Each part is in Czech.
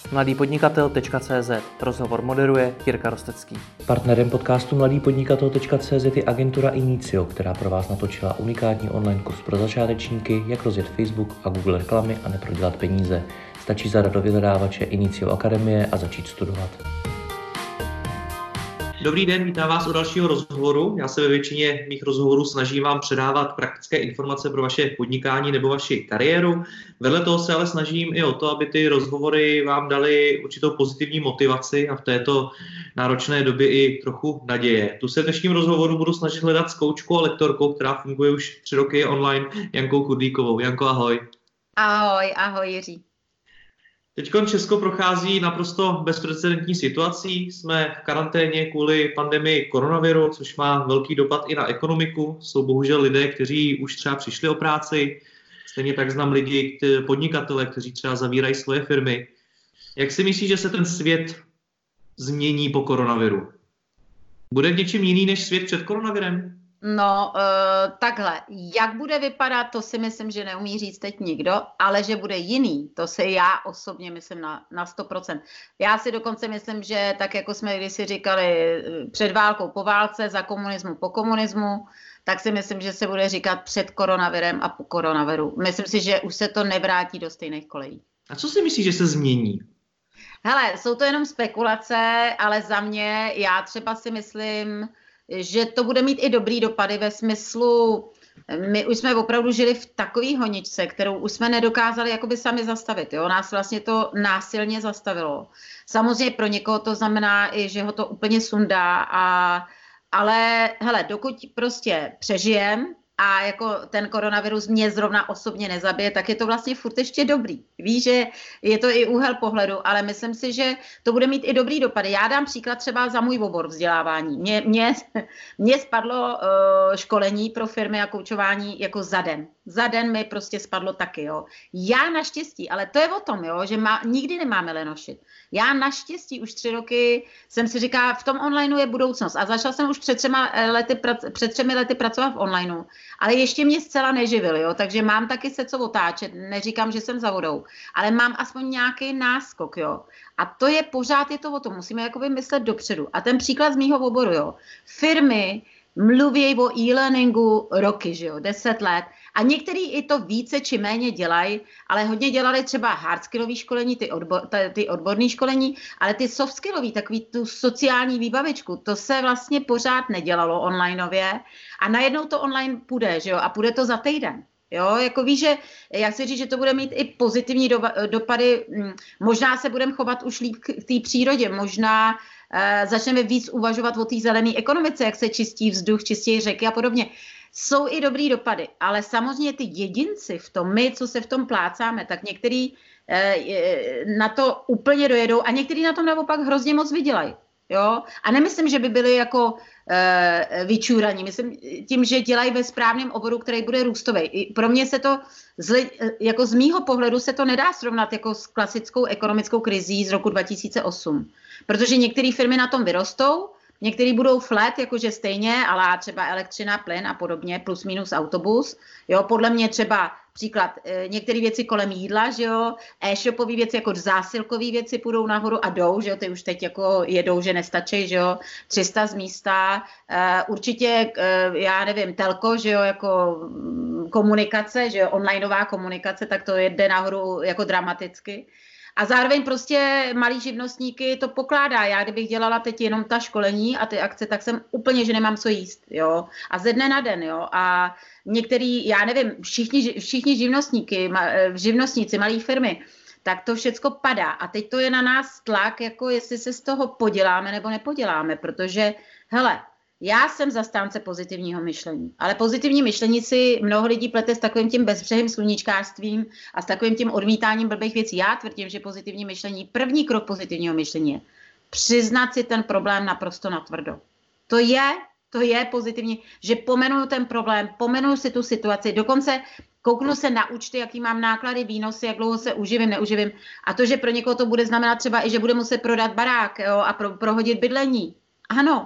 mladýpodnikatel.cz. Rozhovor moderuje Jirka Rostecký. Partnerem podcastu mladýpodnikatel.cz je agentura Inicio, která pro vás natočila unikátní online kurz pro začátečníky, jak rozjet Facebook a Google reklamy a neprodělat peníze. Stačí zadat do vyhledávače Inicio Akademie a začít studovat. Dobrý den, vítám vás u dalšího rozhovoru. Já se ve většině mých rozhovorů snažím vám předávat praktické informace pro vaše podnikání nebo vaši kariéru. Vedle toho se ale snažím i o to, aby ty rozhovory vám daly určitou pozitivní motivaci a v této náročné době i trochu naděje. Tu se v dnešním rozhovoru budu snažit hledat s koučkou a lektorkou, která funguje už 3 roky online, Jankou Kurdíkovou. Janko, ahoj. Ahoj Jiří. Teďkon Česko prochází naprosto bezprecedentní situací. Jsme v karanténě kvůli pandemii koronaviru, což má velký dopad i na ekonomiku. Jsou bohužel lidé, kteří už třeba přišli o práci. Stejně tak znám lidi, podnikatele, kteří třeba zavírají svoje firmy. Jak si myslíš, že se ten svět změní po koronaviru? Bude něčím jiný než svět před koronavirem? No, takhle, jak bude vypadat, to si myslím, že neumí říct teď nikdo, ale že bude jiný, to si já osobně myslím na 100%. Já si dokonce myslím, že tak jako jsme kdysi říkali před válkou po válce, za komunismu po komunismu, tak si myslím, že se bude říkat před koronavirem a po koronaviru. Myslím si, že už se to nevrátí do stejných kolejí. A co si myslíš, že se změní? Hele, jsou to jenom spekulace, ale za mě, já třeba si myslím, že to bude mít i dobrý dopady ve smyslu, my už jsme opravdu žili v takový honičce, kterou už jsme nedokázali jakoby sami zastavit. Jo? Nás vlastně to násilně zastavilo. Samozřejmě pro někoho to znamená i, že ho to úplně sundá, ale hele, dokud prostě přežijem a jako ten koronavirus mě zrovna osobně nezabije, tak je to vlastně furt ještě dobrý. Víš, že je to i úhel pohledu, ale myslím si, že to bude mít i dobrý dopady. Já dám příklad třeba za můj obor vzdělávání. Mně spadlo školení pro firmy a koučování jako za den. Za den mi prostě spadlo taky, jo. Já naštěstí, ale to je o tom, jo, že nikdy nemáme lenošit. Já naštěstí už 3 roky jsem si říkala, v tom onlineu je budoucnost. A začala jsem už před 3 lety pracovat v onlineu. Ale ještě mě zcela neživil, jo, takže mám taky se co otáčet, neříkám, že jsem za vodou, ale mám aspoň nějaký náskok, jo. A to je pořád, je to o tom, musíme jakoby myslet dopředu. A ten příklad z mýho oboru, jo. Firmy mluví o e-learningu roky, že jo, 10 let. A některý i to více či méně dělají, ale hodně dělali třeba hardskillový školení, ty odborné školení, ale ty softskillový, takový tu sociální výbavičku, to se vlastně pořád nedělalo onlineově a najednou to online půjde, že jo, a půjde to za týden. Jo, jako víš, že já si říct, že to bude mít i pozitivní dopady, možná se budeme chovat už líp k té přírodě, možná začneme víc uvažovat o té zelené ekonomice, jak se čistí vzduch, čistí řeky a podobně. Jsou i dobrý dopady, ale samozřejmě ty jedinci v tom, my, co se v tom plácáme, tak některý na to úplně dojedou a některý na tom naopak hrozně moc vydělají. Jo? A nemyslím, že by byli jako vyčúraní. Myslím tím, že dělají ve správném oboru, který bude růstový. Pro mě se to, jako z mýho pohledu se to nedá srovnat jako s klasickou ekonomickou krizí z roku 2008. Protože některé firmy na tom vyrostou, některý budou flat, jakože stejně, ale třeba elektřina, plyn a podobně, plus minus autobus. Jo, podle mě třeba příklad, některé věci kolem jídla, že jo, e-shopové věci, jako zásilkové věci půjdou nahoru a jdou, že jo, ty už teď jako jedou, že nestačí, že jo, 300 z místa, určitě, já nevím, telko, že jo, jako komunikace, že jo, onlineová komunikace, tak to jde nahoru jako dramaticky. A zároveň prostě malí živnostníky to pokládá. Já kdybych dělala teď jenom ta školení a ty akce, tak jsem úplně, že nemám co jíst, jo. A ze dne na den, jo. A některý, já nevím, všichni živnostníci, malé firmy, tak to všecko padá. A teď to je na nás tlak, jako jestli se z toho poděláme nebo nepoděláme, protože, hele, já jsem zastánce pozitivního myšlení, ale pozitivní myšlení si mnoho lidí plete s takovým tím bezbřehým sluníčkářstvím a s takovým tím odmítáním blbých věcí. Já tvrdím, že pozitivní myšlení, první krok pozitivního myšlení je přiznat si ten problém naprosto natvrdo. To je pozitivní, že pomenuju ten problém, pomenuju si tu situaci, dokonce kouknu se na účty, jaký mám náklady, výnosy, jak dlouho se uživím, neuživím. A to, že pro někoho to bude znamenat třeba i, že bude muset prodat barák, jo, a prohodit bydlení. Ano,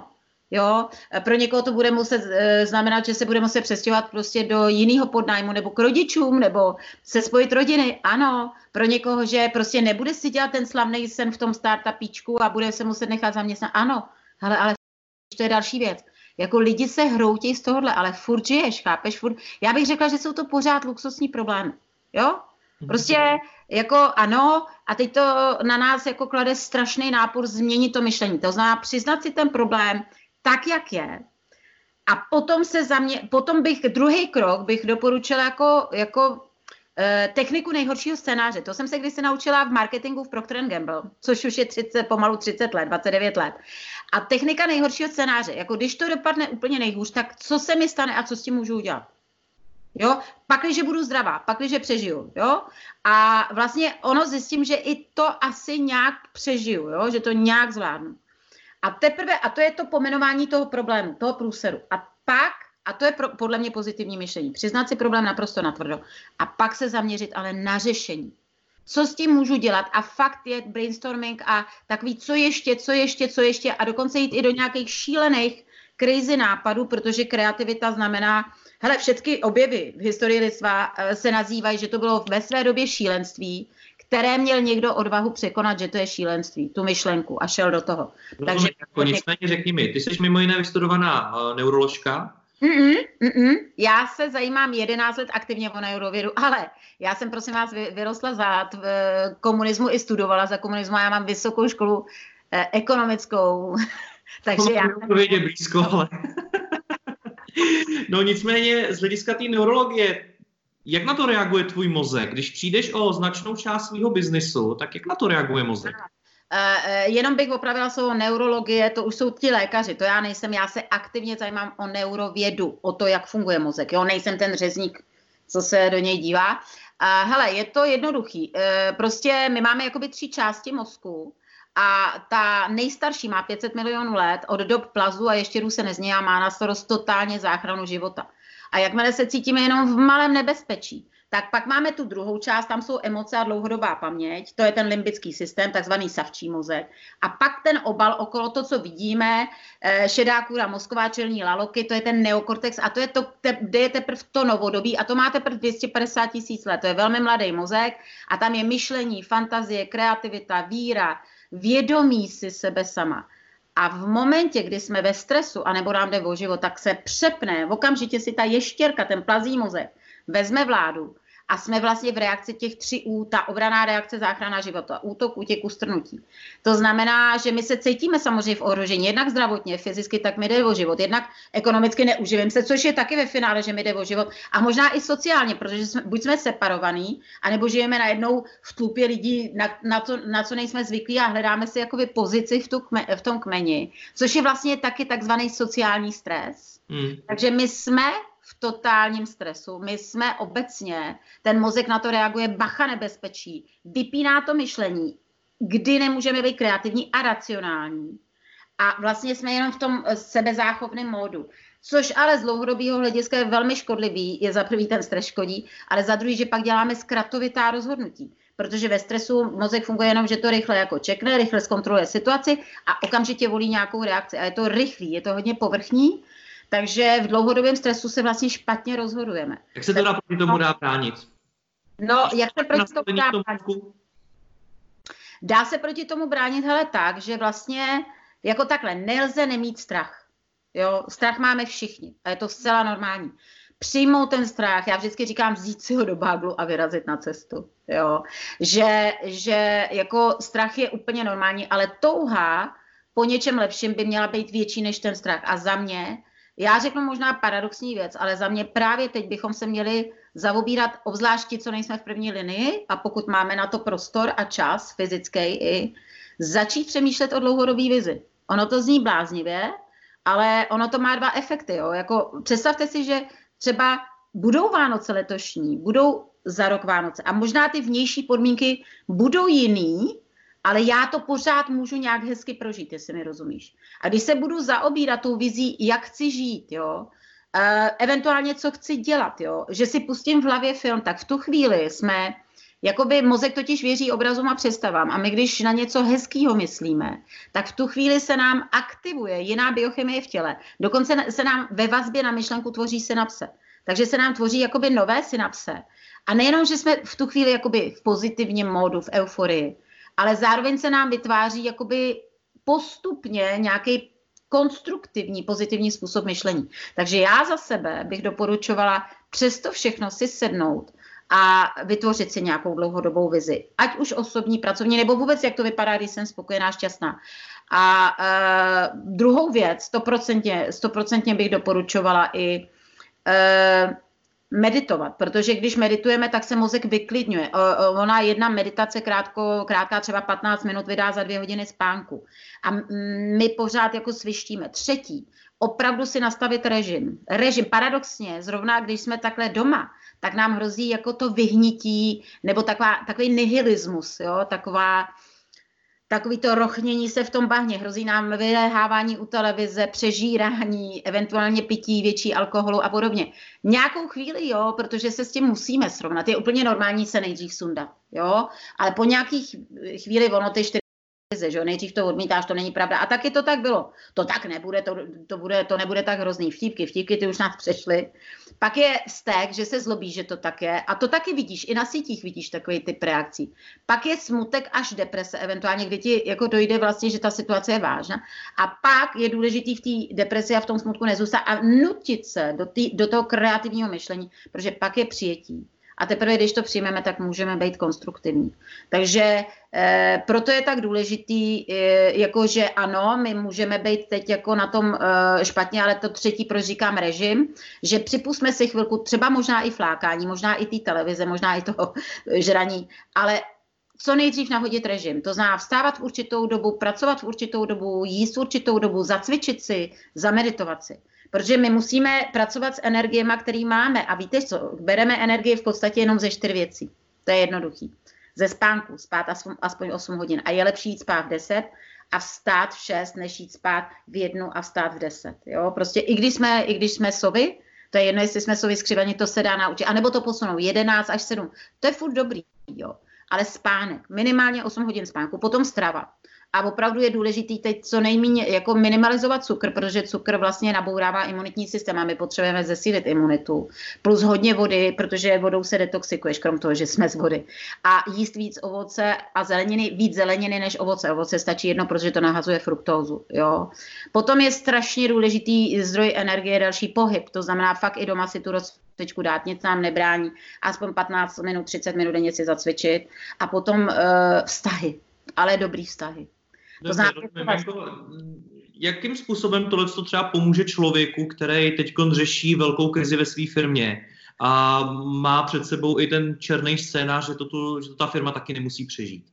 Jo, pro někoho to bude muset znamenat, že se bude muset přestěhovat prostě do jiného podnájmu nebo k rodičům, nebo se spojit rodiny. Ano, pro někoho, že prostě nebude si dělat ten slavný sen v tom startupíčku a bude se muset nechat zaměstnat. Ano, ale to je další věc. Jako lidi se hroutějí z tohohle, ale furt žiješ, chápeš? Furt. Já bych řekla, že jsou to pořád luxusní problémy. Jo? Prostě jako ano, a teď to na nás jako klade strašný nápor změnit to myšlení. To znamená přiznat si ten problém tak, jak je. A potom bych, druhý krok bych doporučila jako techniku nejhoršího scénáře. To jsem se kdysi naučila v marketingu v Procter & Gamble, což už je pomalu 30 let, 29 let. A technika nejhoršího scénáře, jako když to dopadne úplně nejhůř, tak co se mi stane a co s tím můžu udělat? Jo? Pakliže budu zdravá, pakliže přežiju, jo? A vlastně zjistím, že i to asi nějak přežiju, jo? Že to nějak zvládnu. A to je to pomenování toho problému, toho průseru. A to je podle mě pozitivní myšlení. Přiznat si problém naprosto natvrdo. A pak se zaměřit ale na řešení. Co s tím můžu dělat? A fakt je brainstorming a takový co ještě a dokonce jít i do nějakých šílených crazy nápadů, protože kreativita znamená, hele, všechny objevy v historii lidstva se nazývají, že to bylo ve své době šílenství, které měl někdo odvahu překonat, že to je šílenství, tu myšlenku a šel do toho. Takže nicméně řekni mi, ty jsi mimo jiné vystudovaná neuroložka? Já se zajímám 11 let aktivně o neurovědu, ale já jsem, prosím vás, vyrostla za komunismu i studovala za komunismu a já mám vysokou školu ekonomickou, takže já jsem... blízko, ale... No nicméně z hlediska té neurologie, jak na to reaguje tvůj mozek? Když přijdeš o značnou část svého biznisu, tak jak na to reaguje mozek? Jenom bych opravila slovo neurologie, to už jsou ti lékaři, to já nejsem, já se aktivně zajímám o neurovědu, o to, jak funguje mozek, jo, nejsem ten řezník, co se do něj dívá. Hele, je to jednoduchý, prostě my máme jakoby 3 části mozku a ta nejstarší má 500 milionů let, od dob plazu a ještěrů se nezmění a má na starost totálně záchranu života. A jakmile se cítíme jenom v malém nebezpečí, tak pak máme tu druhou část, tam jsou emoce a dlouhodobá paměť, to je ten limbický systém, takzvaný savčí mozek. A pak ten obal okolo to, co vidíme, šedá kůra, mozková čelní laloky, to je ten neokortex a to je to, kde je teprve to novodobí a to má teprve 250 000 let, to je velmi mladý mozek a tam je myšlení, fantazie, kreativita, víra, vědomí si sebe sama. A v momentě, kdy jsme ve stresu, anebo nám jde o život, tak se přepne, okamžitě si ta ještěrka, ten plazí mozek, vezme vládu a jsme vlastně v reakci těch 3 U, ta obranná reakce, záchrana života, útok, útěk, ustrnutí. To znamená, že my se cítíme samozřejmě v ohrožení, jednak zdravotně, fyzicky, tak mi jde o život, jednak ekonomicky neuživím se, což je taky ve finále, že mi jde o život a možná i sociálně, protože buď jsme separovaní, anebo žijeme najednou v tlupě lidí, na co nejsme zvyklí a hledáme si jakoby pozici v tom kmeni, což je vlastně taky takzvaný sociální stres. Takže my jsme v totálním stresu. My jsme obecně, ten mozek na to reaguje, bacha nebezpečí, vypíná to myšlení, kdy nemůžeme být kreativní a racionální. A vlastně jsme jenom v tom sebezáchovném módu. Což ale z dlouhodobého hlediska je velmi škodlivý, je za prvý ten stres škodí, ale za druhý, že pak děláme zkratovitá rozhodnutí. Protože ve stresu mozek funguje jenom, že to rychle jako čekne, rychle zkontroluje situaci a okamžitě volí nějakou reakci. A je to rychlý, je to hodně povrchní. Takže v dlouhodobém stresu se vlastně špatně rozhodujeme. Jak se teda proti tomu dá bránit? No, jak se proti tomu dá bránit? Dá se proti tomu bránit, hele, tak, že vlastně jako takhle nelze nemít strach. Jo, strach máme všichni a je to zcela normální. Přijmout ten strach, já vždycky říkám vzít si ho do báglu a vyrazit na cestu. Jo, že jako strach je úplně normální, ale touha po něčem lepším by měla být větší než ten strach. A za mě, já řeknu možná paradoxní věc, ale za mě právě teď bychom se měli zaobírat, obzvlášť ti, co nejsme v první linii a pokud máme na to prostor a čas fyzický i, začít přemýšlet o dlouhodobý vizi. Ono to zní bláznivě, ale ono to má 2 efekty. Jo? Jako, představte si, že třeba budou Vánoce letošní, budou za rok Vánoce a možná ty vnější podmínky budou jiný, ale já to pořád můžu nějak hezky prožít, jestli mi rozumíš. A když se budu zaobírat tou vizí, jak chci žít, jo, eventuálně co chci dělat, jo, že si pustím v hlavě film, tak v tu chvíli jsme Jakoby mozek totiž věří obrazům a představám a my, když na něco hezkýho myslíme, tak v tu chvíli se nám aktivuje jiná biochemie v těle. Dokonce se nám ve vazbě na myšlenku tvoří synapse. Takže se nám tvoří jakoby nové synapse. A nejenom, že jsme v tu chvíli jakoby v pozitivním módu, v euforii, ale zároveň se nám vytváří jakoby postupně nějaký konstruktivní, pozitivní způsob myšlení. Takže já za sebe bych doporučovala přesto všechno si sednout a vytvořit si nějakou dlouhodobou vizi. Ať už osobní, pracovní, nebo vůbec, jak to vypadá, když jsem spokojená, šťastná. A druhou věc, 100% bych doporučovala i meditovat, protože když meditujeme, tak se mozek vyklidňuje. Ona jedna meditace krátká třeba 15 minut vydá za 2 hodiny spánku. A my pořád jako svištíme. Třetí, opravdu si nastavit režim. Režim, paradoxně, zrovna když jsme takhle doma, tak nám hrozí jako to vyhnití, nebo takový nihilismus, jo? Takový to rochnění se v tom bahně, hrozí nám vyléhávání u televize, přežírání, eventuálně pití větší alkoholu a podobně. Nějakou chvíli, jo, protože se s tím musíme srovnat. Je úplně normální se nejdřív sundat, jo, ale po nějakých chvíli ono ty 4, že jo, nejdřív to odmítáš, to není pravda. A taky to tak bylo. To tak nebude, to nebude tak hrozný. Vtípky ty už nás přešly. Pak je vztek, že se zlobíš, že to tak je. A to taky vidíš, i na sítích vidíš takový typ reakcí. Pak je smutek až deprese, eventuálně, kdy ti jako dojde vlastně, že ta situace je vážná. A pak je důležitý v té depresi a v tom smutku nezůstat a nutit se do toho kreativního myšlení, protože pak je přijetí. A teprve, když to přijmeme, tak můžeme být konstruktivní. Takže proto je tak důležitý, jakože ano, my můžeme být teď jako na tom špatně, ale to třetí, proč říkám režim, že připustme si chvilku, třeba možná i flákání, možná i té televize, možná i toho žraní, ale co nejdřív nahodit režim. To znamená vstávat v určitou dobu, pracovat v určitou dobu, jíst v určitou dobu, zacvičit si, zameditovat si. Protože my musíme pracovat s energiemi, které máme. A víte co, bereme energii v podstatě jenom ze 4 věcí. To je jednoduchý. Ze spánku, spát aspoň 8 hodin. A je lepší jít spát v 10 a vstát v 6, než jít spát v 1 a vstát v 10. Jo? Prostě i když jsme sovy, to je jedno, jestli jsme sovy skřiveni, to se dá naučit. A nebo to posunou 11 až 7. To je furt dobrý, jo. Ale spánek, minimálně 8 hodin spánku, potom strava. A opravdu je důležitý teď co nejméně jako minimalizovat cukr, protože cukr vlastně nabourává imunitní systém a my potřebujeme zesílit imunitu. Plus hodně vody, protože vodou se detoxikuješ, krom toho, že jsme z vody. A jíst víc ovoce a zeleniny, víc zeleniny než ovoce. Ovoce stačí jedno, protože to nahazuje fruktózu. Jo. Potom je strašně důležitý zdroj energie, další pohyb. To znamená fakt i doma si tu rozcvičku dát, nic nám nebrání. Aspoň 15 minut, 30 minut denně si zacvičit. A potom vztahy, ale dobrý vztahy. Jakým způsobem tohle třeba pomůže člověku, který teď řeší velkou krizi ve své firmě a má před sebou i ten černý scénář, že to ta firma taky nemusí přežít?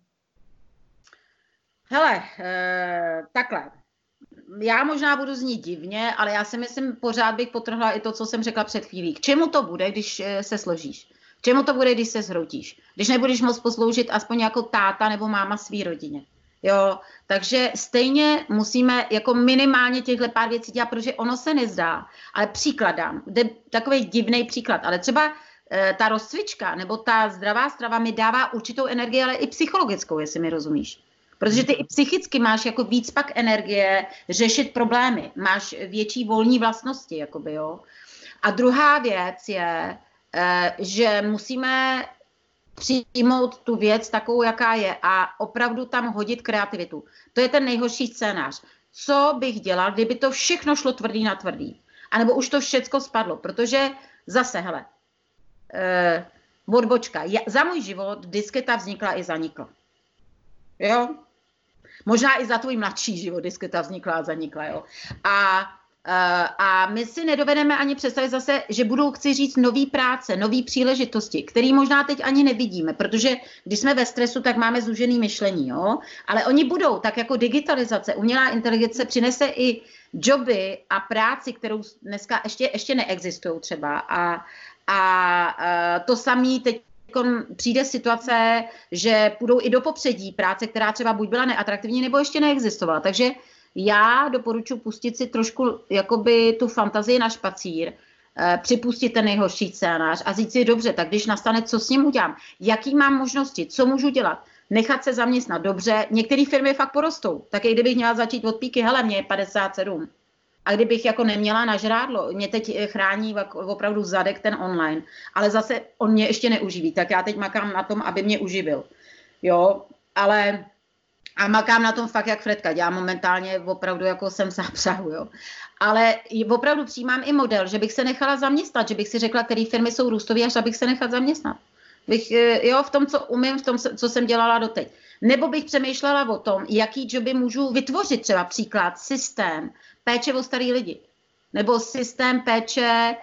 Hele, takhle. Já možná budu znít divně, ale já si myslím, pořád bych podtrhla i to, co jsem řekla před chvílí. K čemu to bude, když se složíš? K čemu to bude, když se zhroutíš? Když nebudeš moct posloužit aspoň jako táta nebo máma svý rodině. Jo, takže stejně musíme jako minimálně těchto pár věcí dělat, protože ono se nezdá, ale příklad dám, takový divný příklad, ale třeba ta rozcvička nebo ta zdravá strava mi dává určitou energii, ale i psychologickou, jestli mi rozumíš. Protože ty i psychicky máš jako víc pak energie řešit problémy, máš větší volní vlastnosti, jakoby, jo. A druhá věc je, že musíme přijmout tu věc takovou, jaká je a opravdu tam hodit kreativitu. To je ten nejhorší scénář. Co bych dělal, kdyby to všechno šlo tvrdý na tvrdý? A nebo už to všecko spadlo, protože zase, hele, odbočka. Za můj život disketa vznikla i zanikla. Jo? Možná i za tvůj mladší život disketa vznikla a zanikla, jo? A my si nedovedeme ani představit zase, že budou, chci říct, nový práce, nový příležitosti, které možná teď ani nevidíme, protože když jsme ve stresu, tak máme zúžený myšlení, jo? Ale oni budou, tak jako digitalizace, umělá inteligence přinese i joby a práci, kterou dneska ještě neexistují třeba. A to samé teď přijde situace, že půjdou i do popředí práce, která třeba buď byla neatraktivní, nebo ještě neexistovala. Takže já doporučuji pustit si trošku jakoby tu fantazii na špacír připustit ten nejhorší scénář a říct si, dobře, tak když nastane, co s ním udělám, jaký mám možnosti, co můžu dělat, nechat se zaměstnat, dobře, některé firmy fakt porostou, tak i kdybych měla začít od píky, hele, mě je 57, a kdybych jako neměla na žrádlo, mě teď chrání opravdu zadek ten online, ale zase on mě ještě neuživí, tak já teď makám na tom, aby mě uživil, jo, ale a makám na tom fakt jak Fredka, já momentálně opravdu jako jsem v zápřahu, jo. Ale opravdu přijímám i model, že bych se nechala zaměstnat, že bych si řekla, které firmy jsou růstové, až abych se nechat zaměstnat. V tom, co umím, v tom, co jsem dělala doteď. Nebo bych přemýšlela o tom, jaký joby můžu vytvořit, třeba příklad systém péče o starý lidi. Nebo systém péče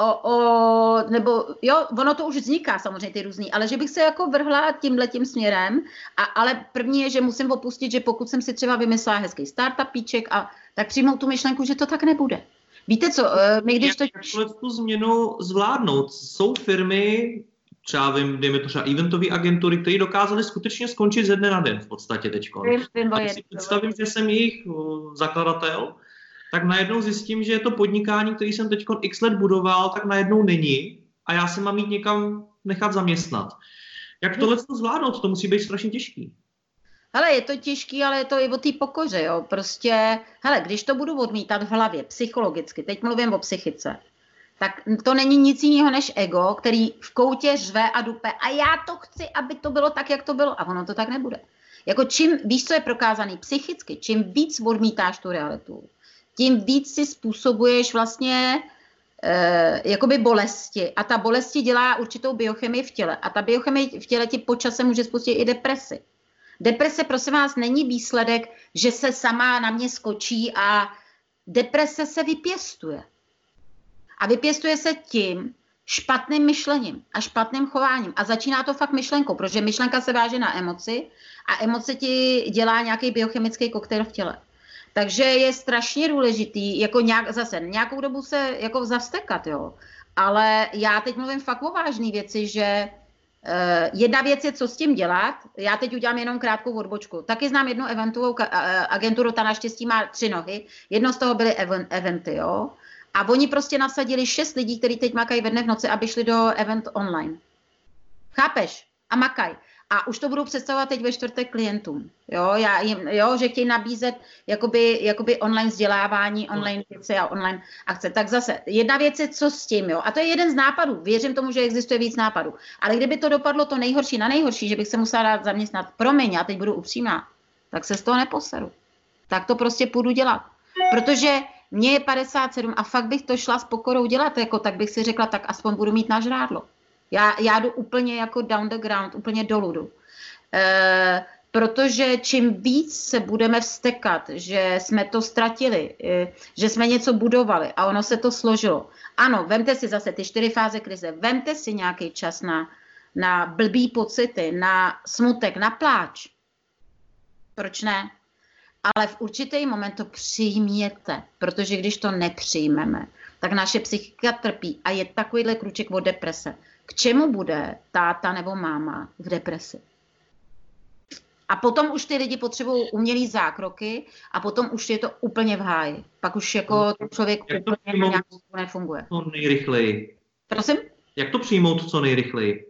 nebo jo, ono to už vzniká samozřejmě ty různý, ale že bych se jako vrhla tímhletím směrem, ale první je, že musím opustit, že pokud jsem si třeba vymyslela hezký startupíček tak přijmout tu myšlenku, že to tak nebude. Víte co, my když to... Jak tu změnu zvládnout? Jsou firmy, třeba dejme to třeba eventové agentury, které dokázaly skutečně skončit ze dne na den v podstatě teďko. Když si představím, že jsem jejich zakladatel, tak najednou zjistím, že je to podnikání, který jsem teď x let budoval, tak najednou není a já se mám jít někam nechat zaměstnat. Jak tohle zvládnout? To musí být strašně těžký. Hele, je to těžký, ale je to i o té pokoře, jo. Prostě, hele, když to budu odmítat v hlavě, psychologicky, teď mluvím o psychice, tak to není nic jiného než ego, který v koutě řve a dupe a já to chci, aby to bylo tak, jak to bylo a ono to tak nebude. Jako víš, co je prokázaný psychicky, čím víc odmítáš tu realitu, tím víc si způsobuješ vlastně jakoby bolesti a ta bolesti dělá určitou biochemii v těle a ta biochemie v těle ti po čase může spustit i depresi. Deprese, prosím vás, není výsledek, že se sama na mě skočí a deprese se vypěstuje. A vypěstuje se tím špatným myšlením a špatným chováním. A začíná to fakt myšlenkou, protože myšlenka se váže na emoci a emoce ti dělá nějaký biochemický koktejl v těle. Takže je strašně důležitý, jako nějakou dobu se jako zavstekat, jo. Ale já teď mluvím fakt o vážné věci, že jedna věc je, co s tím dělat. Já teď udělám jenom krátkou odbočku. Taky znám jednu eventovou agenturu, ta naštěstí má 3 nohy. Jedno z toho byly eventy, jo. A oni prostě nasadili 6 lidí, kteří teď makají ve dne v noci, aby šli do event online. Chápeš? A makají. A už to budou představovat teď ve čtvrtek klientům. Jo, že chtějí nabízet jakoby online vzdělávání, online věci a online akce. Tak zase, jedna věc je, co s tím, jo. A to je jeden z nápadů. Věřím tomu, že existuje víc nápadů. Ale kdyby to dopadlo to nejhorší na nejhorší, že bych se musela dát zaměstnat, promiň, já teď budu upřímná, tak se z toho neposeru. Tak to prostě půjdu dělat. Protože mně je 57 a fakt bych to šla s pokorou dělat, jako tak bych si řekla, tak aspoň budu mít na žrádlo. Já jdu úplně jako down the ground, úplně dolů jdu. Protože čím víc se budeme vztekat, že jsme to ztratili, že jsme něco budovali a ono se to složilo. Ano, vemte si zase ty 4 fáze krize, vemte si nějaký čas na blbý pocity, na smutek, na pláč. Proč ne? Ale v určitý moment to přijměte, protože když to nepřijmeme, tak naše psychika trpí a je takovýhle kruček od deprese. K čemu bude táta nebo máma v depresi? A potom už ty lidi potřebují umělý zákroky a potom už je to úplně v háji. Pak už jako člověk úplně nějak nefunguje. Co nejrychleji. Prosím? Jak to přijmout co nejrychleji?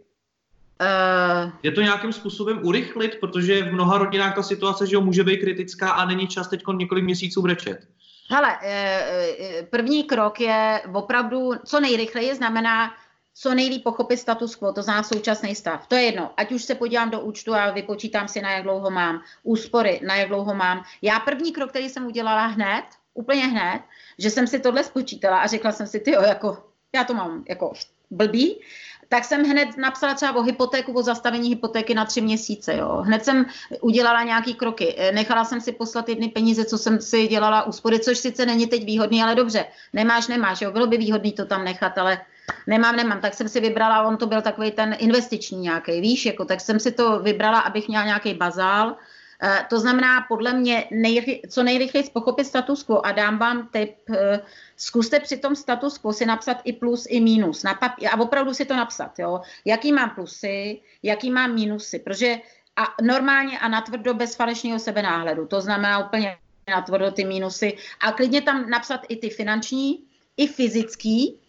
Je to nějakým způsobem urychlit, protože v mnoha rodinách ta situace, že může být kritická a není čas teď několik měsíců brečet. Hele, první krok je opravdu, co nejrychleji znamená, co nejlíp pochopit status quo, to znamená současný stav. To je jedno, ať už se podívám do účtu a vypočítám si, na jak dlouho mám, úspory, na jak dlouho mám. Já první krok, který jsem udělala hned, úplně hned, že jsem si tohle spočítala a řekla jsem si, já to mám jako blbý, tak jsem hned napsala třeba o hypotéku, o zastavení hypotéky na 3 měsíce. Jo. Hned jsem udělala nějaký kroky. Nechala jsem si poslat jedny peníze, co jsem si dělala úspory, což sice není teď výhodný, ale dobře, nemáš. Jo. Bylo by výhodný to tam nechat, ale nemám. Tak jsem si vybrala, on to byl takový ten investiční nějaký, víš, jako, tak jsem si to vybrala, abych měla nějaký bazál. To znamená, podle mě, co nejrychleji pochopit status quo a dám vám tip, zkuste při tom status quo si napsat i plus, i mínus na papír a opravdu si to napsat, jo. Jaký mám plusy, jaký mám mínusy, protože a normálně a natvrdo bez falešného sebenáhledu, to znamená úplně natvrdo ty mínusy a klidně tam napsat i ty finanční, i fyzický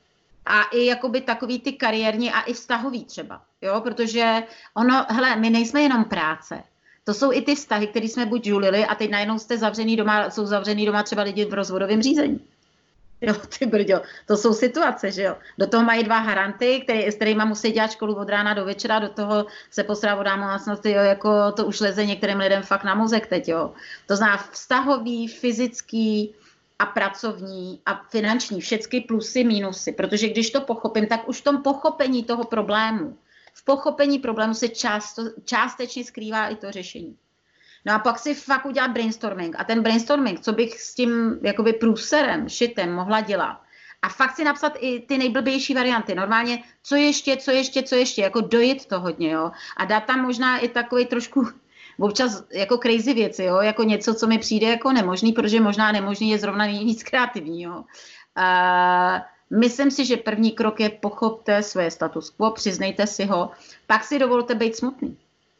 a i jakoby takový ty kariérní a i vztahový třeba, jo, protože ono, hele, my nejsme jenom práce. To jsou i ty vztahy, které jsme buď žulili a teď najednou jste zavřený doma, jsou zavřený doma třeba lidi v rozvodovém řízení. Jo, ty brďo, to jsou situace, že jo. Do toho mají 2 haranty, s kterýma musí dělat školu od rána do večera, do toho se postará o domácnosti, jo, jako to už leze některým lidem fakt na mozek teď, jo. To znamená vztahový, fyzický a pracovní a finanční, všechny plusy, mínusy, protože když to pochopím, tak už v tom pochopení toho problému, v pochopení problému se částečně skrývá i to řešení. No a pak si fakt udělat brainstorming. A ten brainstorming, co bych s tím jakoby průserem, šitem mohla dělat. A fakt si napsat i ty nejblbější varianty. Normálně, co ještě, jako dojít to hodně, jo. A dát tam možná i takový trošku občas jako crazy věci, jo. Jako něco, co mi přijde jako nemožný, protože možná nemožný je zrovna nejvíc kreativní, jo. Myslím si, že první krok je pochopte své status quo, přiznejte si ho, pak si dovolte být smutný.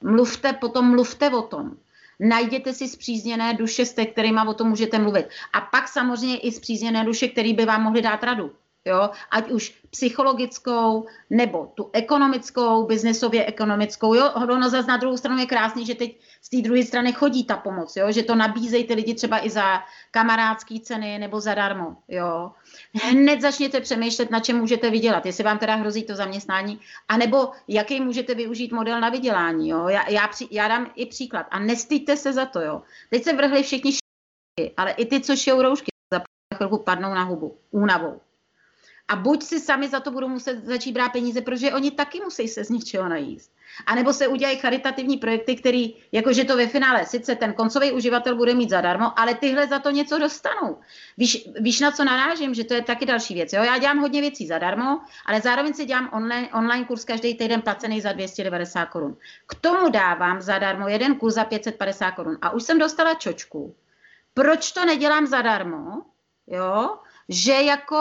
Mluvte o tom. Najděte si spřízněné duše, s kterýma o tom můžete mluvit. A pak samozřejmě i spřízněné duše, který by vám mohly dát radu. Jo? Ať už psychologickou, nebo tu ekonomickou, biznesově ekonomickou. Jo? Ono zase na druhou stranu je krásný, že teď z té druhé strany chodí ta pomoc. Jo? Že to nabízejí ty lidi třeba i za kamarádské ceny nebo zadarmo. Jo? Hned začněte přemýšlet, na čem můžete vydělat. Jestli vám teda hrozí to zaměstnání, anebo jaký můžete využít model na vydělání. Jo? Já dám i příklad. A nestýďte se za to. Jo? Teď se vrhli všichni šroušky, ale i ty, co šijou roušky, za chvilku padnou na hubu únavou. A buď si sami za to budou muset začít brát peníze, protože oni taky musí se z něčeho najíst. A nebo se udělají charitativní projekty, který, jakože to ve finále, sice ten koncový uživatel bude mít zadarmo, ale tyhle za to něco dostanou. Víš na co narážím, že to je taky další věc. Jo? Já dělám hodně věcí zadarmo, ale zároveň si dělám online kurz každý týden placený za 290 korun. K tomu dávám zadarmo jeden kurz za 550 korun. A už jsem dostala čočku. Proč to nedělám zadarmo? Jo? Že jako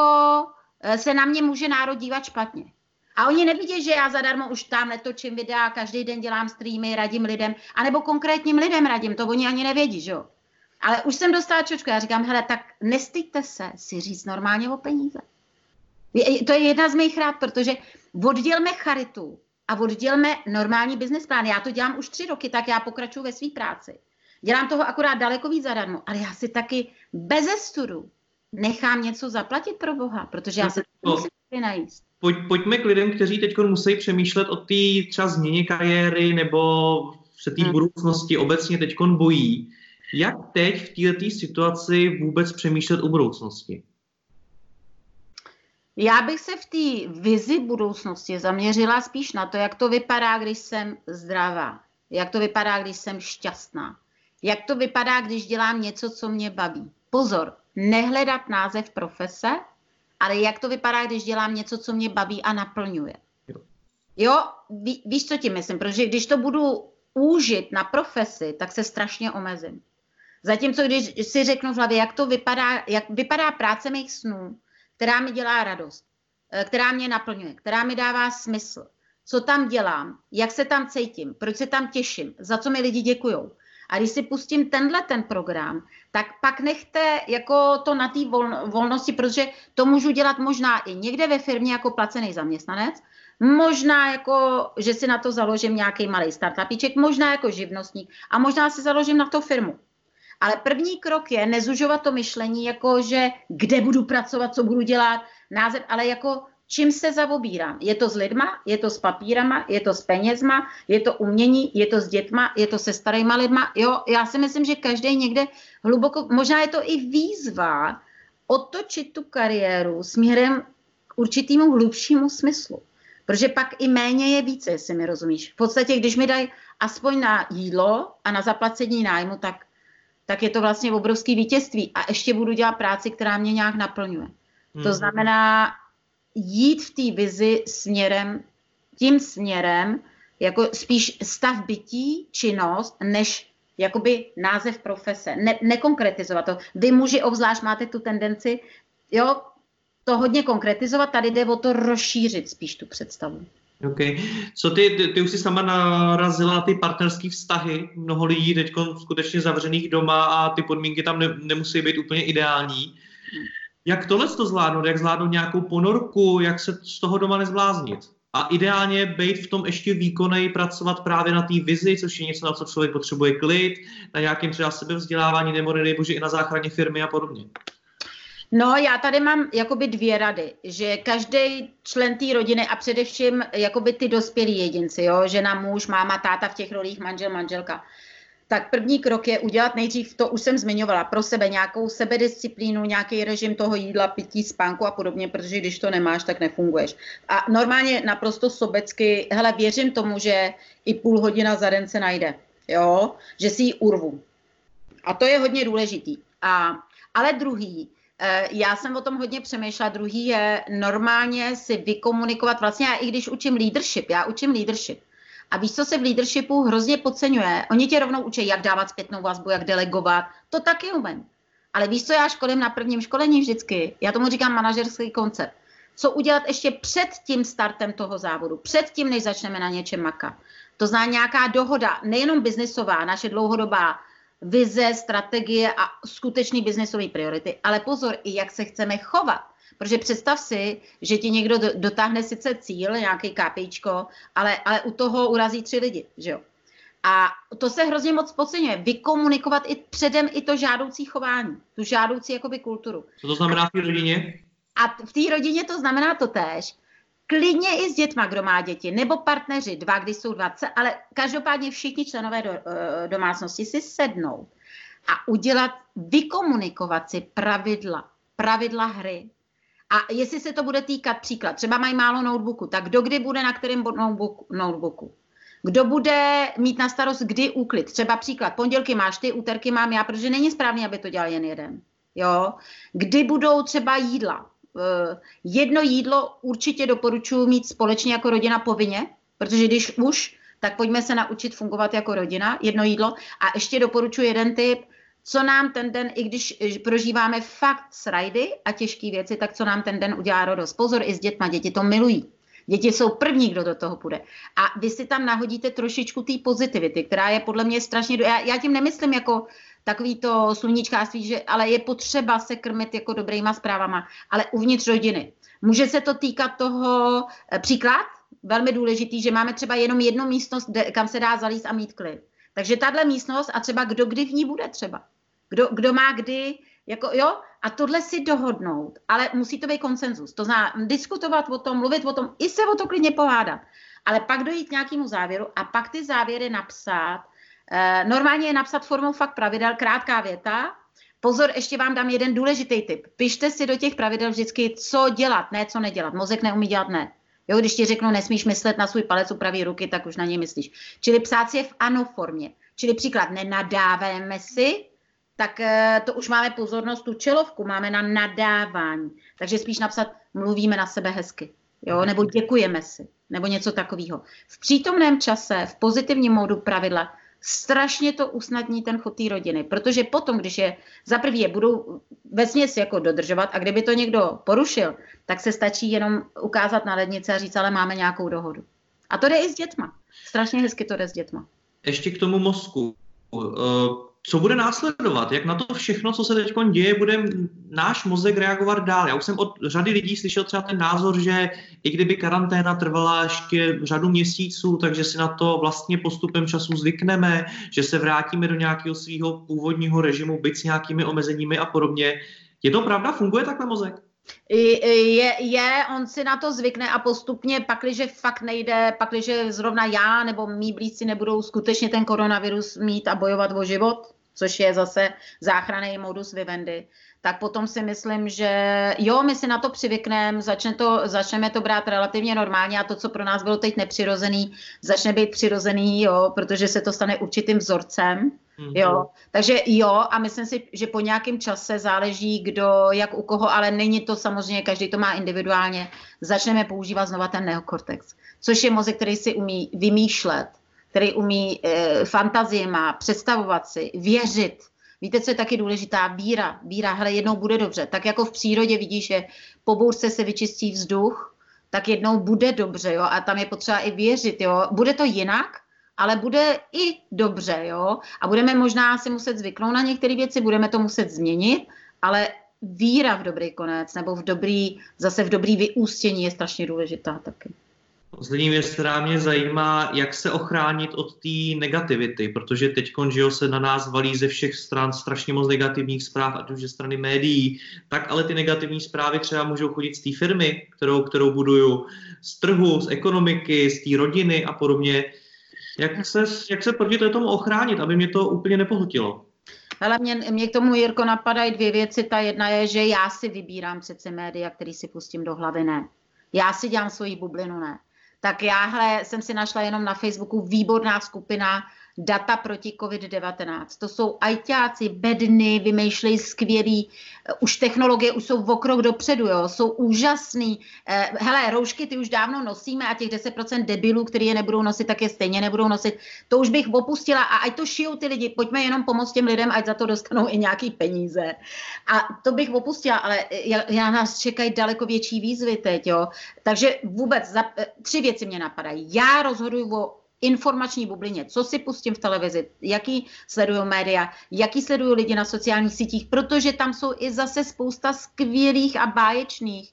se na mě může národ dívat špatně. A oni nevidí, že já zadarmo už tamhle točím videa, každý den dělám streamy, radím lidem, anebo konkrétním lidem radím, to oni ani nevědí, že jo. Ale už jsem dostala čočku, já říkám, hele, tak nestyďte se si říct normálně o peníze. To je jedna z mých rád, protože oddělme charitu a oddělme normální business plán. Já to dělám už 3 roky, tak já pokračuju ve své práci. Dělám toho akorát daleko víc zadarmo, ale já si taky beze studu nechám něco zaplatit pro Boha, protože já se musím najíst. Pojďme k lidem, kteří teď musí přemýšlet o té třeba změně kariéry nebo se té budoucnosti obecně teď bojí. Jak teď v této situaci vůbec přemýšlet o budoucnosti? Já bych se v té vizi budoucnosti zaměřila spíš na to, jak to vypadá, když jsem zdravá. Jak to vypadá, když jsem šťastná. Jak to vypadá, když dělám něco, co mě baví. Pozor, nehledat název profese, ale jak to vypadá, když dělám něco, co mě baví a naplňuje. Jo, víš, co tím myslím, protože když to budu úžit na profesi, tak se strašně omezím. Zatímco když si řeknu v hlavě, jak vypadá práce mých snů, která mi dělá radost, která mě naplňuje, která mi dává smysl, co tam dělám, jak se tam cítím, proč se tam těším, za co mi lidi děkujou. A když si pustím ten program, tak pak nechte jako to na té volnosti, protože to můžu dělat možná i někde ve firmě jako placený zaměstnanec, možná jako, že si na to založím nějaký malý startupíček, možná jako živnostník a možná si založím na to firmu. Ale první krok je nezužovat to myšlení, jako že kde budu pracovat, co budu dělat, název, ale jako čím se zaobírám. Je to s lidma, je to s papírama, je to s penězma, je to umění, je to s dětma, je to se starýma lidma. Jo, já si myslím, že každý někde hluboko, možná je to i výzva otočit tu kariéru směrem k určitému hlubšímu smyslu. Protože pak i méně je více, jestli mi rozumíš. V podstatě, když mi dají aspoň na jídlo a na zaplacení nájmu, tak je to vlastně obrovský vítězství. A ještě budu dělat práci, která mě nějak naplňuje. To znamená jít v té vizi tím směrem, jako spíš stav bytí, činnost, než jakoby název profese. Nekonkretizovat to. Vy muži obzvlášť máte tu tendenci, jo, to hodně konkretizovat, tady jde o to rozšířit spíš tu představu. OK. Co ty už si sama narazila na ty partnerské vztahy. Mnoho lidí teď skutečně zavřených doma a ty podmínky tam nemusí být úplně ideální. Jak tohle to zvládnout, jak zvládnout nějakou ponorku, jak se z toho doma nezbláznit. A ideálně být v tom ještě výkonej, pracovat právě na té vizi, což je něco, na co člověk potřebuje klid, na nějakém třeba sebevzdělávání nebo nedej bože i na záchraně firmy a podobně. No, já tady mám jakoby 2 rady, že každý člen té rodiny a především jakoby ty dospělí jedinci, jo, žena, muž, máma, táta v těch rolích, manžel, manželka. Tak první krok je udělat nejdřív, to už jsem zmiňovala, pro sebe nějakou sebedisciplínu, nějaký režim toho jídla, pití, spánku a podobně, protože když to nemáš, tak nefunguješ. A normálně naprosto sobecky, hele, věřím tomu, že i půl hodina za den se najde, jo, že si ji urvu. A to je hodně důležitý. Ale druhý, já jsem o tom hodně přemýšlela, druhý je normálně si vykomunikovat, vlastně já i když učím leadership. A víš, co se v leadershipu hrozně podceňuje? Oni tě rovnou učí, jak dávat zpětnou vazbu, jak delegovat. To taky umím. Ale víš, co já školím na prvním školení vždycky? Já tomu říkám manažerský koncept. Co udělat ještě před tím startem toho závodu? Před tím, než začneme na něčem makat. To znamená nějaká dohoda, nejenom biznisová, naše dlouhodobá vize, strategie a skutečný biznisové priority. Ale pozor, i jak se chceme chovat. Protože představ si, že ti někdo dotáhne sice cíl, nějaký KPIčko, ale u toho urazí 3 lidi, že jo. A to se hrozně moc podceňuje. Vykomunikovat i předem i to žádoucí chování, tu žádoucí jakoby kulturu. Co to znamená v té rodině? A v té rodině to znamená totéž. Klidně i s dětma, kdo má děti, nebo partneři, 2, když jsou 20, ale každopádně všichni členové domácnosti si sednou a vykomunikovat si pravidla hry. A jestli se to bude týkat příklad, třeba mají málo notebooku, tak kdo kdy bude na kterém notebooku? Kdo bude mít na starost kdy úklid? Třeba příklad, pondělky máš ty, úterky mám já, protože není správný, aby to dělal jen jeden. Jo? Kdy budou třeba jídla? Jedno jídlo určitě doporučuji mít společně jako rodina povinně, protože když už, tak pojďme se naučit fungovat jako rodina, jedno jídlo. A ještě doporučuji jeden tip, co nám ten den, i když prožíváme fakt srajdy a těžké věci, tak co nám ten den udělá radost. Pozor, i s dětma, děti to milují. Děti jsou první, kdo do toho půjde. A vy si tam nahodíte trošičku té pozitivity, která je podle mě strašně... Já tím nemyslím jako takový to sluníčkářství, ale je potřeba se krmit jako dobrýma zprávama, ale uvnitř rodiny. Může se to týkat toho příklad, velmi důležitý, že máme třeba jenom jednu místnost, kam se dá zalízt a mít klid. Takže tahle místnost a třeba kdo kdy v ní bude třeba. Kdo má kdy, jako jo, a tohle si dohodnout, ale musí to být konsenzus. To znamená diskutovat o tom, mluvit o tom, i se o to klidně pohádat, ale pak dojít k nějakému závěru a pak ty závěry napsat. Normálně je napsat formou fakt pravidel, krátká věta. Pozor, ještě vám dám jeden důležitý tip. Pište si do těch pravidel vždycky, co dělat, ne co nedělat. Mozek neumí dělat ne. Jo, když ti řeknu, nesmíš myslet na svůj palec u pravé ruky, tak už na něj myslíš. Čili psát si je v ano formě. Čili příklad, nenadáváme si, tak to už máme pozornost, tu čelovku máme na nadávání. Takže spíš napsat, mluvíme na sebe hezky. Jo, nebo děkujeme si, nebo něco takového. V přítomném čase, v pozitivním módu pravidla, strašně to usnadní ten chod té rodiny, protože potom, když je za prvý je budou vesměs jako dodržovat a kdyby to někdo porušil, tak se stačí jenom ukázat na lednici a říct, ale máme nějakou dohodu. A to jde i s dětma. Strašně hezky to jde s dětma. Ještě k tomu mozku. Co bude následovat? Jak na to všechno, co se teď děje, bude náš mozek reagovat dál? Já už jsem od řady lidí slyšel třeba ten názor, že i kdyby karanténa trvala ještě řadu měsíců, takže si na to vlastně postupem času zvykneme, že se vrátíme do nějakého svého původního režimu, byť s nějakými omezeními a podobně. Je to pravda? Funguje takhle mozek? On si na to zvykne a postupně, pakliže fakt nejde, pakliže zrovna já nebo mý blízci nebudou skutečně ten koronavirus mít a bojovat o život, což je zase záchranný modus vivendi, tak potom si myslím, že jo, my si na to přivykneme, začneme to brát relativně normálně a to, co pro nás bylo teď nepřirozený, začne být přirozený, jo, protože se to stane určitým vzorcem. Jo, takže jo, a myslím si, že po nějakém čase záleží, kdo, jak u koho, ale není to samozřejmě, každý to má individuálně, začneme používat znova ten neokortex, což je mozek, který si umí vymýšlet, který umí fantazii má, představovat si, věřit. Víte, co je taky důležitá? Víra, hele, jednou bude dobře. Tak jako v přírodě vidíš, že po bouřce se vyčistí vzduch, tak jednou bude dobře, jo, a tam je potřeba i věřit, jo. Bude to jinak, ale bude i dobře, jo. A budeme možná si muset zvyknout na některé věci, budeme to muset změnit, ale víra v dobrý konec nebo zase v dobrý vyústění je strašně důležitá taky. Poslední věc, která mě zajímá, jak se ochránit od té negativity, protože teď se na nás valí ze všech stran strašně moc negativních zpráv, ať už ze strany médií, tak ale ty negativní zprávy třeba můžou chodit z té firmy, kterou buduju, z trhu, z ekonomiky, z té rodiny a podobně. Jak se proti tomu ochránit, aby mě to úplně nepohltilo? Ale mě k tomu, Jirko, napadají dvě věci. Ta jedna je, že já si vybírám přece média, který si pustím do hlavy, ne. Já si dělám svoji bublinu, ne. Tak jáhle jsem si našla jenom na Facebooku výborná skupina Data proti COVID-19. To jsou ajťáci, bedny, vymýšlejí skvělý, už technologie už jsou o krok dopředu, jo, jsou úžasný. Hele, roušky ty už dávno nosíme a těch 10% debilů, který je nebudou nosit, tak je stejně nebudou nosit. To už bych opustila a ať to šijou ty lidi, pojďme jenom pomoct těm lidem, ať za to dostanou i nějaký peníze. A to bych opustila, ale já nás čekají daleko větší výzvy teď, jo. Takže vůbec 3 věci mě napadají. Já rozhoduju o informační bublině, co si pustím v televizi, jaký sledují média, jaký sledují lidi na sociálních sítích, protože tam jsou i zase spousta skvělých a báječných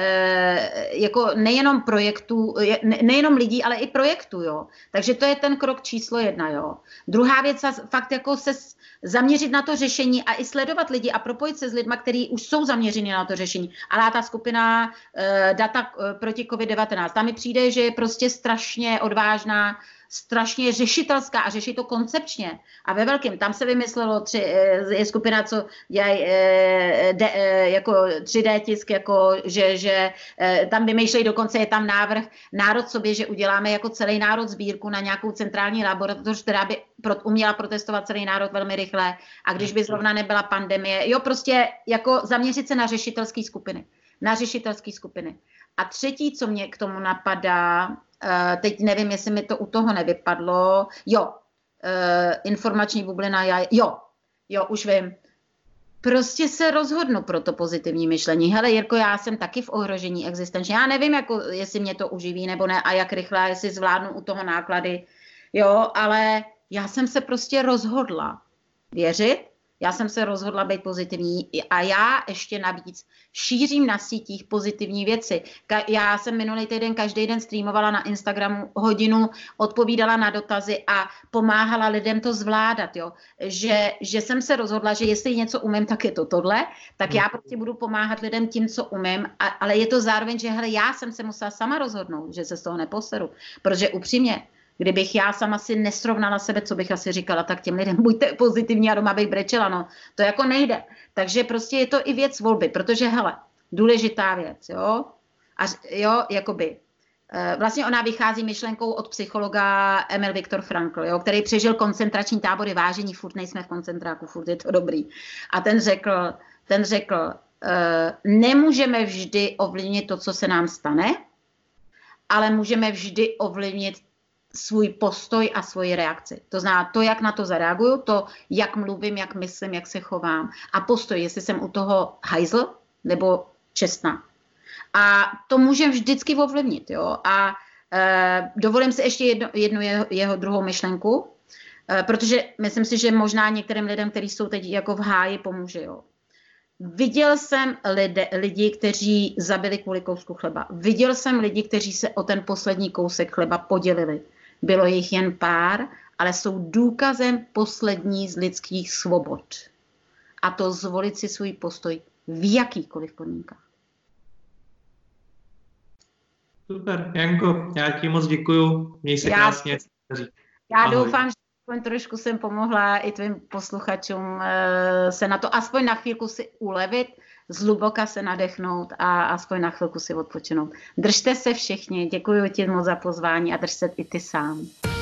jako nejenom projektů, nejenom lidí, ale i projektů, jo. Takže to je ten krok číslo 1, jo. Druhá věc, fakt jako se zaměřit na to řešení a i sledovat lidi a propojit se s lidma, kteří už jsou zaměřeni na to řešení. Ale ta skupina Data proti COVID-19, tam mi přijde, že je prostě strašně odvážná, strašně řešitelská a řeší to koncepčně. A ve velkém, tam se vymyslelo, je skupina, co dělají jako 3D tisk, jako, že tam vymýšlejí, dokonce je tam návrh národ sobě, že uděláme jako celý národ sbírku na nějakou centrální laboratoř, která by uměla protestovat celý národ velmi rychle. A když by zrovna nebyla pandemie, jo, prostě jako zaměřit se na řešitelské skupiny. A třetí, co mě k tomu napadá, teď nevím, jestli mi to u toho nevypadlo. Informační bublina, jo, už vím. Prostě se rozhodnu pro to pozitivní myšlení. Hele, Jirko, já jsem taky v ohrožení existenčně. Já nevím, jako, jestli mě to uživí nebo ne a jak rychle, jestli zvládnu u toho náklady. Jo, ale já jsem se prostě rozhodla věřit. Já jsem se rozhodla být pozitivní a já ještě navíc šířím na sítích pozitivní věci. Já jsem minulý týden každý den streamovala na Instagramu hodinu, odpovídala na dotazy a pomáhala lidem to zvládat. Jo? Že jsem se rozhodla, že jestli něco umím, tak je to tohle, tak já prostě budu pomáhat lidem tím, co umím, ale je to zároveň, že hele, já jsem se musela sama rozhodnout, že se z toho neposeru, protože upřímně, kdybych já sama si nesrovnala sebe, co bych asi říkala, tak těm lidem buďte pozitivní a doma bych brečela, no. To jako nejde. Takže prostě je to i věc volby, protože hele, důležitá věc, jo. A jo, jakoby. Vlastně ona vychází myšlenkou od psychologa Emil Viktor Frankl, jo, který přežil koncentrační tábory, vážení, furt nejsme v koncentráku, furt je to dobrý. A ten řekl, nemůžeme vždy ovlivnit to, co se nám stane, ale můžeme vždy ovlivnit svůj postoj a svoji reakci. To znamená to, jak na to zareaguju, to, jak mluvím, jak myslím, jak se chovám. A postoj, jestli jsem u toho hajzl nebo čestná. A to můžeme vždycky ovlivnit. Jo? A dovolím si ještě jednu jeho druhou myšlenku, protože myslím si, že možná některým lidem, kteří jsou teď jako v háji, pomůže. Jo? Viděl jsem lidi, kteří zabili kvůli kousku chleba. Viděl jsem lidi, kteří se o ten poslední kousek chleba podělili. Bylo jich jen pár, ale jsou důkazem poslední z lidských svobod. A to zvolit si svůj postoj v jakýchkoliv podmínkách. Super, Janko, já ti moc děkuju. Měj se krásně. Já doufám, že aspoň trošku jsem pomohla i tvým posluchačům se na to aspoň na chvílku si ulevit, zhluboka se nadechnout a aspoň na chvilku si odpočinout. Držte se všichni, děkuji ti moc za pozvání a drž se i ty sám.